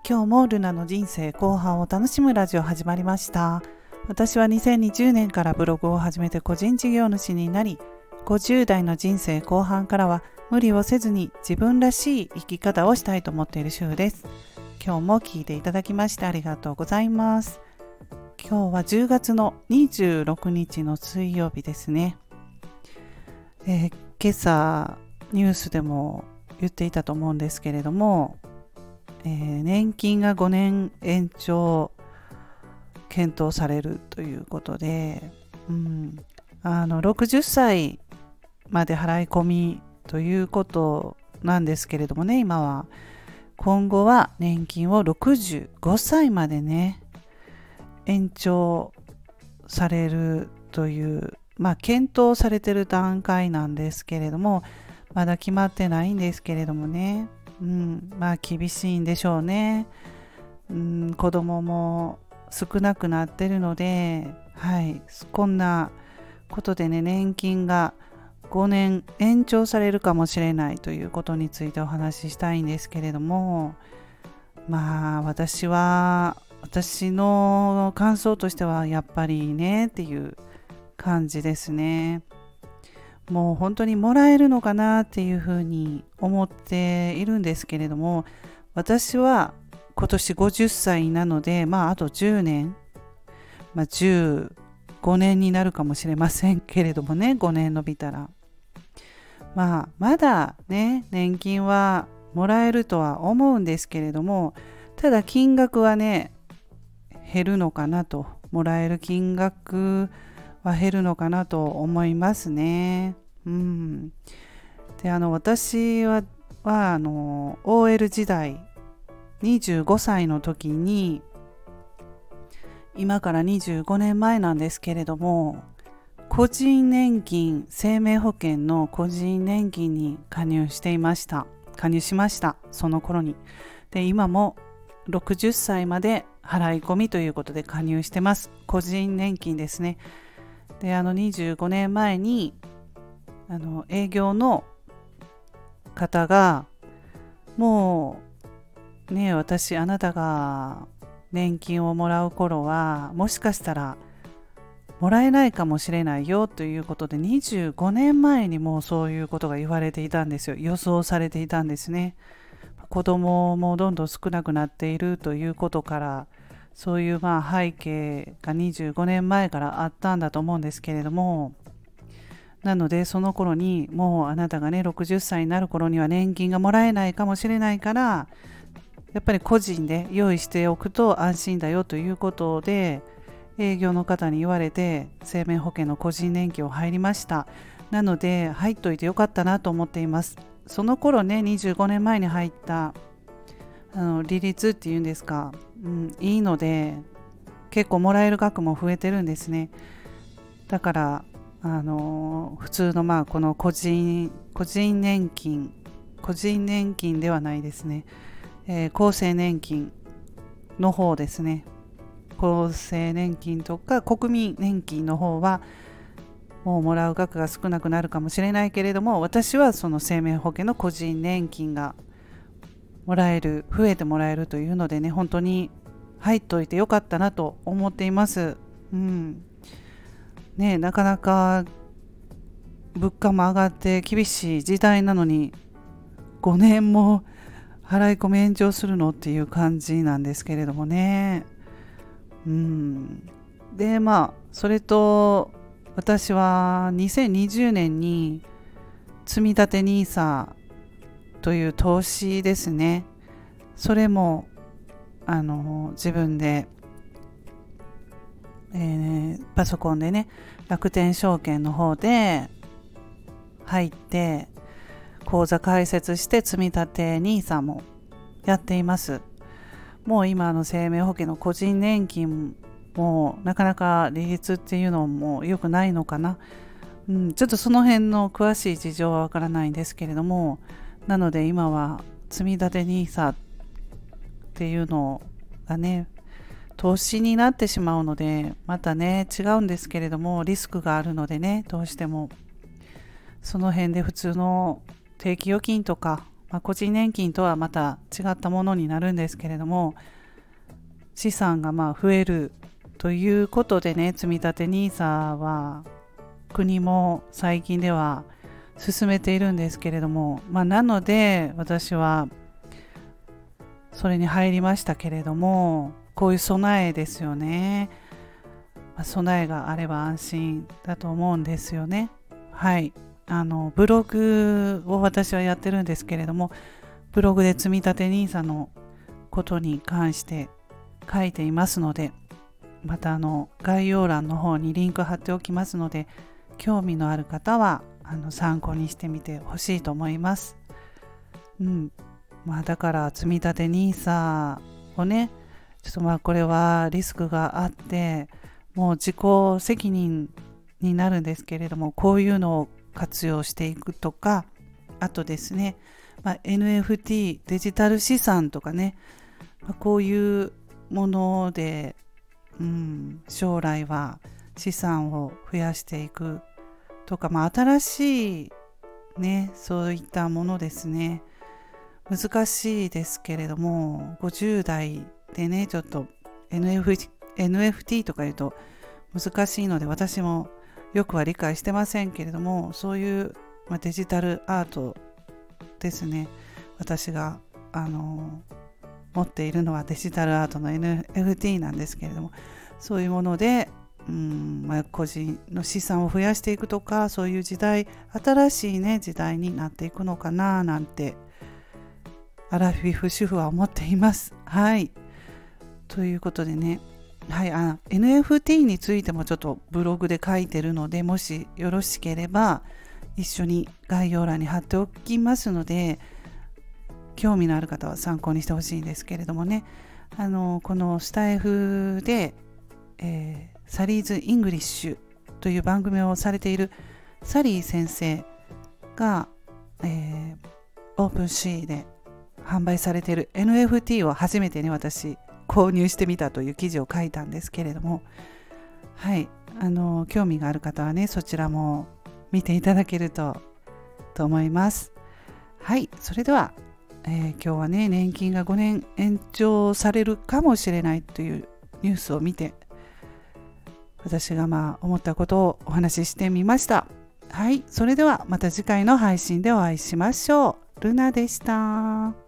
今日もルナの人生後半を楽しむラジオ始まりました。私は2020年からブログを始めて個人事業主になり、50代の人生後半からは無理をせずに自分らしい生き方をしたいと思っている主婦です。今日も聞いていただきましてありがとうございます。今日は10月の26日の水曜日ですね。今朝ニュースでも言っていたと思うんですけれども、年金が5年延長検討されるということで、60歳まで払い込みということなんですけれどもね、今後は年金を65歳までね延長されるという検討されている段階なんですけれども、まだ決まってないんですけれどもね、厳しいんでしょうね。子供も少なくなってるので、こんなことでね、年金が5年延長されるかもしれないということについてお話ししたいんですけれども、私の感想としてはやっぱりねっていう感じですね。もう本当にもらえるのかなっていうふうに思っているんですけれども、私は今年50歳なので、あと10年、15年になるかもしれませんけれどもね、5年伸びたら。まだね、年金はもらえるとは思うんですけれども、ただ金額はね、減るのかなと、もらえる金額は減るのかなと思いますね。で、私はOL 時代25歳の時に、今から25年前なんですけれども、個人年金、生命保険の個人年金に加入しました、その頃に。で、今も60歳まで払い込みということで加入してます。個人年金ですね。で、25年前に営業の方が、もうね、あなたが年金をもらう頃はもしかしたらもらえないかもしれないよということで、25年前にもうそういうことが言われていたんですよ。予想されていたんですね。子供もどんどん少なくなっているということから、そういう背景が25年前からあったんだと思うんですけれども、なのでその頃にもうあなたがね60歳になる頃には年金がもらえないかもしれないから、やっぱり個人で用意しておくと安心だよということで、営業の方に言われて生命保険の個人年金を入りました。なので入っといてよかったなと思っています。その頃ね、25年前に入った利率っていうんですか、いいので結構もらえる額も増えてるんですね。だから普通のこの個人年金ではないですね、厚生年金の方ですね。厚生年金とか国民年金の方はもうもらう額が少なくなるかもしれないけれども、私はその生命保険の個人年金が増えてもらえるというのでね、本当に入っといてよかったなと思っています。なかなか物価も上がって厳しい時代なのに5年も払い込み延長するのっていう感じなんですけれどもね。で、それと私は2020年に積立 NISA という投資ですね。それも自分でパソコンでね、楽天証券の方で入って口座開設して積立 NISA もやっています。もう今生命保険の個人年金もなかなか利率っていうのも良くないのかな。ちょっとその辺の詳しい事情はわからないんですけれども、なので今は積立 NISA っていうのがね、投資になってしまうので、またね違うんですけれども、リスクがあるのでね、どうしてもその辺で普通の定期預金とか個人年金とはまた違ったものになるんですけれども、資産が増えるということでね、積立 NISA は国も最近では進めているんですけれども、なので私はそれに入りましたけれども、こういう備えですよね。備えがあれば安心だと思うんですよね。はい。ブログを私はやってるんですけれども、ブログで積立 NISA のことに関して書いていますので、また概要欄の方にリンク貼っておきますので、興味のある方は参考にしてみてほしいと思います。だから積立 NISA をね、ちょっとこれはリスクがあって、もう自己責任になるんですけれども、こういうのを活用していくとか、あとですね、NFT デジタル資産とかね、こういうもので、将来は資産を増やしていくとか、新しいね、そういったものですね。難しいですけれども、50代でね、ちょっと NFT とか言うと難しいので、私もよくは理解してませんけれども、そういう、デジタルアートですね。私が持っているのはデジタルアートの NFT なんですけれども、そういうもので個人の資産を増やしていくとか、そういう時代、新しいね時代になっていくのかななんてアラフィフ主婦は思っています。はい。ということでね、はい、NFT についてもちょっとブログで書いてるので、もしよろしければ一緒に概要欄に貼っておきますので、興味のある方は参考にしてほしいんですけれどもね、このスタイフで、サリーズ・イングリッシュという番組をされているサリー先生が、オープンシーで販売されている NFT を初めてね、私購入してみたという記事を書いたんですけれども、はい、興味がある方はね、そちらも見ていただけると思います。はい、それでは、今日はね、年金が5年延長されるかもしれないというニュースを見て、私が思ったことをお話ししてみました。はい、それではまた次回の配信でお会いしましょう。ルナでした。